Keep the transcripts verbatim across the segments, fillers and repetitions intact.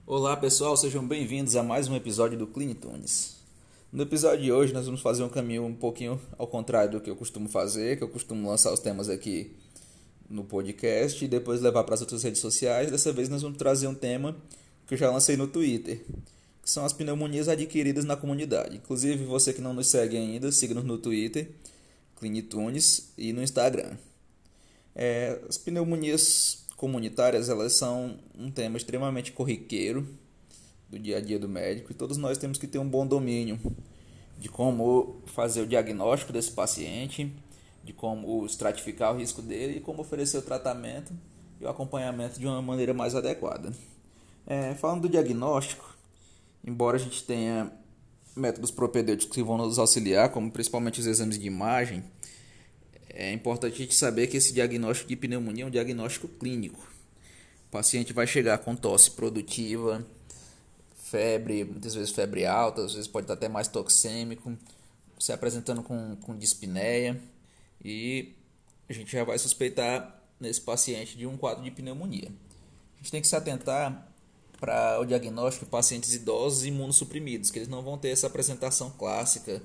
Olá pessoal, sejam bem-vindos a mais um episódio do Clinitunes. No episódio de hoje nós vamos fazer um caminho um pouquinho ao contrário do que eu costumo fazer, que eu costumo lançar os temas aqui no podcast e depois levar para as outras redes sociais. Dessa vez nós vamos trazer um tema que eu já lancei no Twitter, que são as pneumonias adquiridas na comunidade. Inclusive, você que não nos segue ainda, siga-nos no Twitter, Clinitunes, e no Instagram. É, as pneumonias comunitárias, elas são um tema extremamente corriqueiro do dia a dia do médico e todos nós temos que ter um bom domínio de como fazer o diagnóstico desse paciente, de como estratificar o risco dele e como oferecer o tratamento e o acompanhamento de uma maneira mais adequada. É, falando do diagnóstico, embora a gente tenha métodos propedêuticos que vão nos auxiliar, como principalmente os exames de imagem, é importante a gente saber que esse diagnóstico de pneumonia é um diagnóstico clínico. O paciente vai chegar com tosse produtiva, febre, muitas vezes febre alta, às vezes pode estar até mais toxêmico, se apresentando com, com dispneia, e a gente já vai suspeitar nesse paciente de um quadro de pneumonia. A gente tem que se atentar para o diagnóstico de pacientes idosos e imunossuprimidos, que eles não vão ter essa apresentação clássica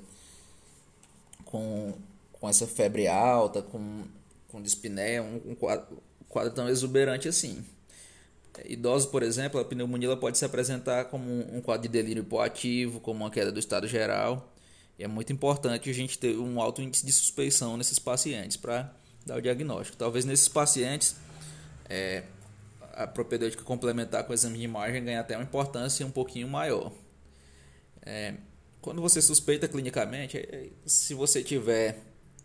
com, com essa febre alta, com, com dispneia, um, um quadro, quadro tão exuberante assim. Idosos, por exemplo, a pneumonia ela pode se apresentar como um quadro de delírio hipoativo, como uma queda do estado geral. E é muito importante a gente ter um alto índice de suspeição nesses pacientes para dar o diagnóstico. Talvez nesses pacientes é, a propedêutica complementar com o exame de imagem ganhe até uma importância um pouquinho maior. É, quando você suspeita clinicamente, se você tiver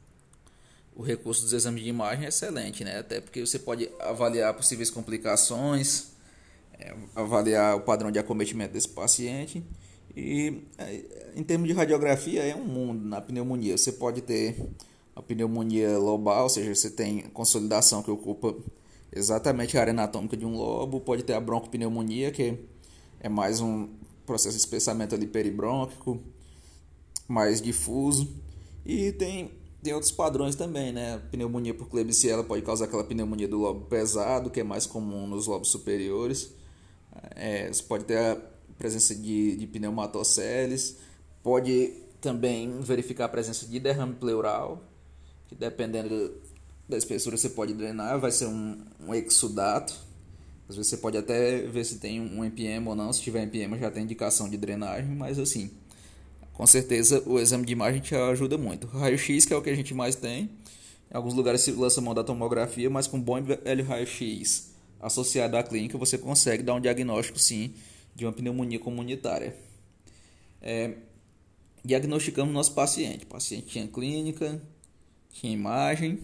o recurso dos exames de imagem, é excelente, né? Até porque você pode avaliar possíveis complicações, é, avaliar o padrão de acometimento desse paciente. E é, em termos de radiografia, é um mundo na pneumonia. Você pode ter a pneumonia lobal, ou seja, você tem consolidação que ocupa exatamente a área anatômica de um lobo. Pode ter a broncopneumonia, que é mais um processo de espessamento ali peribrônquico, mais difuso. E tem, tem outros padrões também, né? A pneumonia por Klebsiella pode causar aquela pneumonia do lobo pesado, que é mais comum nos lobos superiores. É, você pode ter a presença de, de pneumatoceles, pode também verificar a presença de derrame pleural, que dependendo da espessura você pode drenar, vai ser um, um exudato. Às vezes você pode até ver se tem um empiema ou não. Se tiver empiema já tem indicação de drenagem, mas assim, com certeza o exame de imagem te ajuda muito. O raio-x, que é o que a gente mais tem, em alguns lugares se lança mão da tomografia, mas com bom velho raio-x associado à clínica você consegue dar um diagnóstico sim de uma pneumonia comunitária. É, diagnosticamos nosso paciente. O paciente tinha clínica, tinha imagem.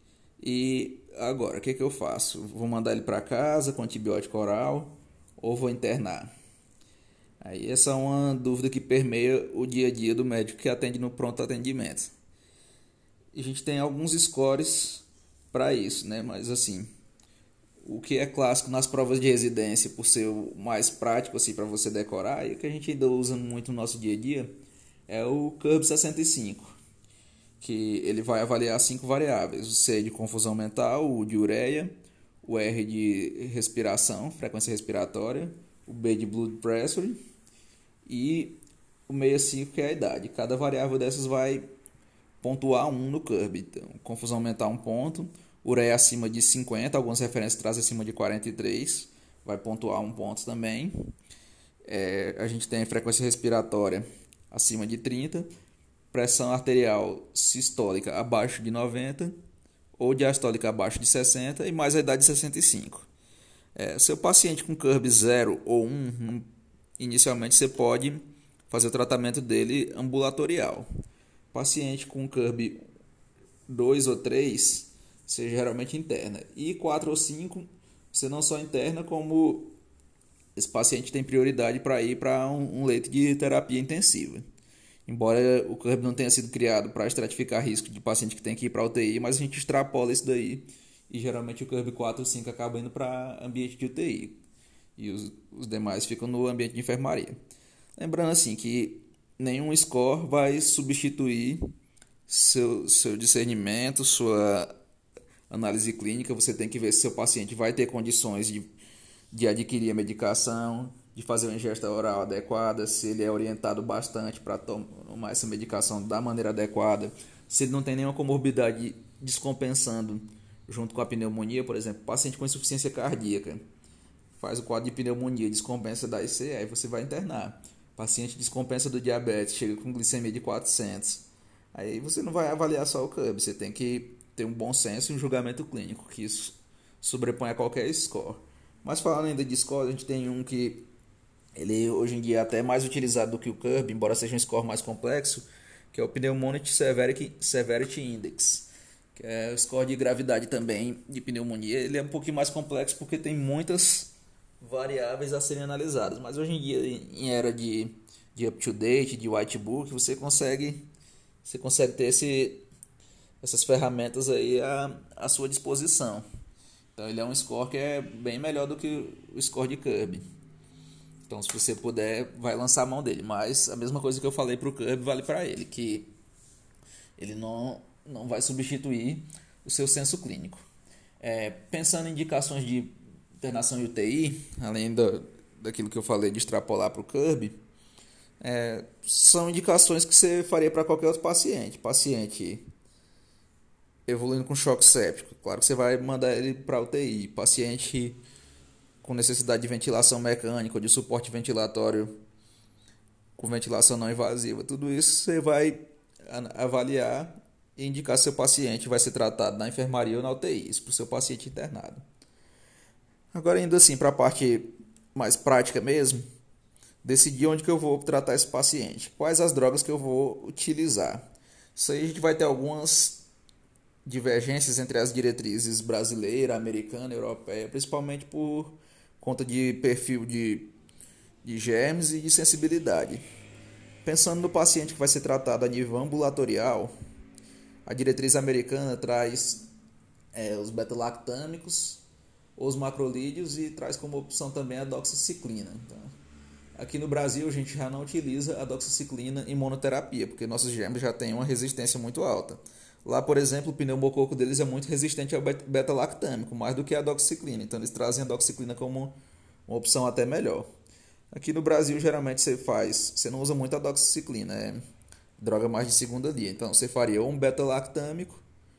E agora, o que, que eu faço? Vou mandar ele para casa com antibiótico oral ou vou internar? Aí essa é uma dúvida que permeia o dia a dia do médico que atende no pronto atendimento. E a gente tem alguns scores para isso, né? Mas assim, o que é clássico nas provas de residência, por ser o mais prático assim, para você decorar, e o que a gente ainda usa muito no nosso dia a dia, é o C U R B sessenta e cinco, que ele vai avaliar cinco variáveis: o C de confusão mental, o de ureia, o R de respiração, frequência respiratória, o B de blood pressure e o sessenta e cinco, que é a idade. Cada variável dessas vai pontuar um no C U R B. Então, confusão mental um ponto, ureia acima de cinquenta, algumas referências trazem acima de quarenta e três, vai pontuar um ponto também. É, a gente tem frequência respiratória acima de trinta, pressão arterial sistólica abaixo de noventa ou diastólica abaixo de sessenta e mais a idade de sessenta e cinco. É, seu paciente com C U R B zero ou um, inicialmente você pode fazer o tratamento dele ambulatorial. Paciente com C U R B dois ou três, você geralmente interna. E quatro ou cinco, você não só interna, como esse paciente tem prioridade para ir para um, um leito de terapia intensiva. Embora o C U R B não tenha sido criado para estratificar risco de paciente que tem que ir para a U T I, mas a gente extrapola isso daí e geralmente o C U R B quatro ou cinco acaba indo para ambiente de U T I e os, os demais ficam no ambiente de enfermaria. Lembrando assim que nenhum score vai substituir seu, seu discernimento, sua análise clínica. Você tem que ver se seu paciente vai ter condições de, de adquirir a medicação, de fazer uma ingesta oral adequada, se ele é orientado bastante para tomar essa medicação da maneira adequada, se ele não tem nenhuma comorbidade descompensando junto com a pneumonia, por exemplo, paciente com insuficiência cardíaca, faz o quadro de pneumonia, descompensa da I C, aí você vai internar. Paciente descompensa do diabetes, chega com glicemia de quatrocentos, aí você não vai avaliar só o C U B, você tem que ter um bom senso e um julgamento clínico, que isso sobrepõe a qualquer score. Mas falando ainda de score, a gente tem um que ele hoje em dia é até mais utilizado do que o C U B, embora seja um score mais complexo, que é o Pneumonic Severity, Severity Index, que é o score de gravidade também de pneumonia. Ele é um pouquinho mais complexo porque tem muitas variáveis a serem analisadas, mas hoje em dia, em era de, de up-to-date, de whitebook, você consegue, você consegue ter esse, essas ferramentas aí à, à sua disposição. Então ele é um score que é bem melhor do que o score de C U B. Então, se você puder, vai lançar a mão dele. Mas a mesma coisa que eu falei para o C U B vale para ele, que ele não, não vai substituir o seu senso clínico. É, pensando em indicações de internação em U T I, além do, daquilo que eu falei de extrapolar para o C U B, é, são indicações que você faria para qualquer outro paciente. Paciente evoluindo com choque séptico, claro que você vai mandar ele para U T I. Paciente com necessidade de ventilação mecânica ou de suporte ventilatório com ventilação não invasiva, tudo isso você vai avaliar e indicar se seu paciente vai ser tratado na enfermaria ou na U T I, isso para o seu paciente internado. Agora, indo assim para a parte mais prática mesmo, decidir onde que eu vou tratar esse paciente, quais as drogas que eu vou utilizar. Isso aí a gente vai ter algumas divergências entre as diretrizes brasileira, americana e europeia, principalmente por conta de perfil de, de germes e de sensibilidade. Pensando no paciente que vai ser tratado a nível ambulatorial, a diretriz americana traz é, os beta-lactâmicos, os macrolídeos e traz como opção também a doxiciclina. Então, aqui no Brasil a gente já não utiliza a doxiciclina em monoterapia, porque nossos germes já têm uma resistência muito alta. Lá, por exemplo, o pneumococo deles é muito resistente ao beta-lactâmico, mais do que a doxiciclina. Então, eles trazem a doxiciclina como uma opção até melhor. Aqui no Brasil, geralmente, você faz... Você não usa muito a doxiciclina, é droga mais de segunda linha. Então, você faria ou um beta-lactâmico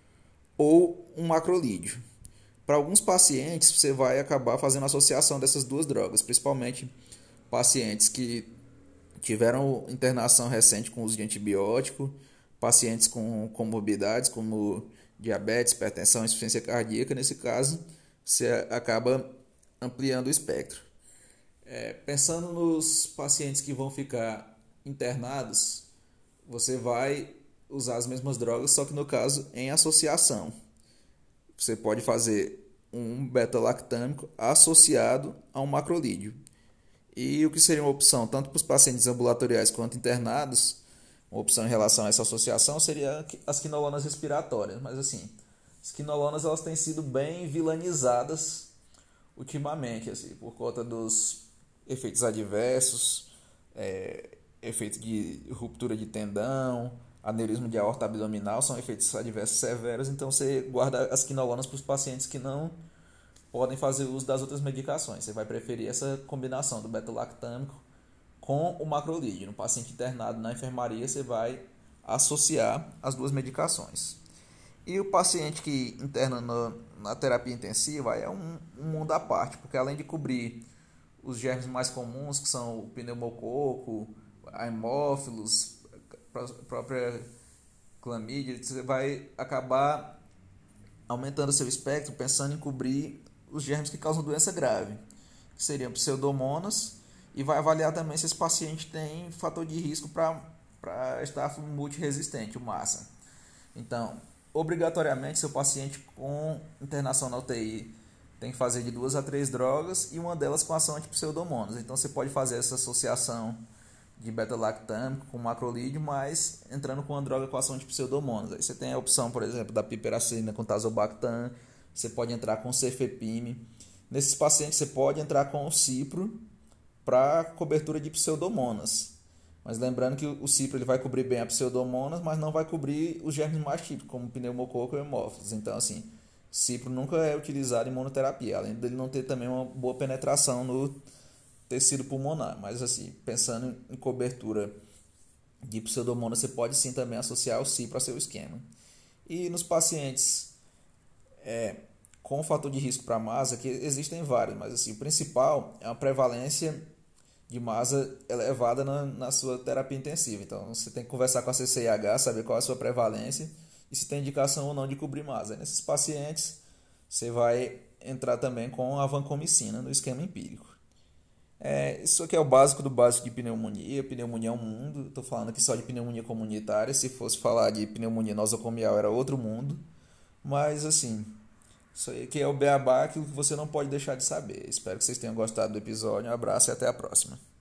ou um macrolídeo. Para alguns pacientes, você vai acabar fazendo associação dessas duas drogas, principalmente pacientes que tiveram internação recente com uso de antibiótico, pacientes com comorbidades como diabetes, hipertensão, insuficiência cardíaca. Nesse caso, você acaba ampliando o espectro. É, pensando nos pacientes que vão ficar internados, você vai usar as mesmas drogas, só que no caso em associação. Você pode fazer um beta-lactâmico associado a um macrolídeo. E o que seria uma opção tanto para os pacientes ambulatoriais quanto internados, uma opção em relação a essa associação seria as quinolonas respiratórias. Mas assim, as quinolonas elas têm sido bem vilanizadas ultimamente, assim, por conta dos efeitos adversos, é, efeito de ruptura de tendão, aneurisma de aorta abdominal, são efeitos adversos severos. Então você guarda as quinolonas para os pacientes que não podem fazer uso das outras medicações. Você vai preferir essa combinação do beta-lactâmico com o macrolídeo. No paciente internado na enfermaria, você vai associar as duas medicações. E o paciente que interna no, na terapia intensiva é um, um mundo à parte, porque além de cobrir os germes mais comuns, que são o pneumococo, a hemófilos, a própria clamídia, você vai acabar aumentando seu espectro pensando em cobrir os germes que causam doença grave, que seriam pseudomonas, e vai avaliar também se esse paciente tem fator de risco para estar multiresistente, o massa. Então, obrigatoriamente, seu paciente com internação na U T I tem que fazer de duas a três drogas e uma delas com ação antipseudomonas. Então, você pode fazer essa associação de beta-lactâmico com macrolídeo, mas entrando com uma droga com ação antipseudomonas. Aí você tem a opção, por exemplo, da piperacilina com tazobactam, você pode entrar com cefepime. Nesses pacientes, você pode entrar com o cipro para cobertura de pseudomonas. Mas lembrando que o cipro ele vai cobrir bem a pseudomonas, mas não vai cobrir os germes mais típicos, como pneumococo e hemófilos. Então, assim, cipro nunca é utilizado em monoterapia, além dele não ter também uma boa penetração no, tecido pulmonar. Mas assim, pensando em cobertura de pseudomonas, você pode sim também associar o C para seu esquema. E nos pacientes é, com fator de risco para masa, que existem vários, mas assim, o principal é uma prevalência de masa elevada na, na sua terapia intensiva. Então você tem que conversar com a C C I H, saber qual é a sua prevalência e se tem indicação ou não de cobrir masa. E nesses pacientes você vai entrar também com a vancomicina no esquema empírico. É, isso aqui é o básico do básico de pneumonia. Pneumonia é um mundo. Estou falando aqui só de pneumonia comunitária. Se fosse falar de pneumonia nosocomial era outro mundo. Mas assim, isso aqui é o beabá, aquilo que você não pode deixar de saber. Espero que vocês tenham gostado do episódio. Um abraço e até a próxima.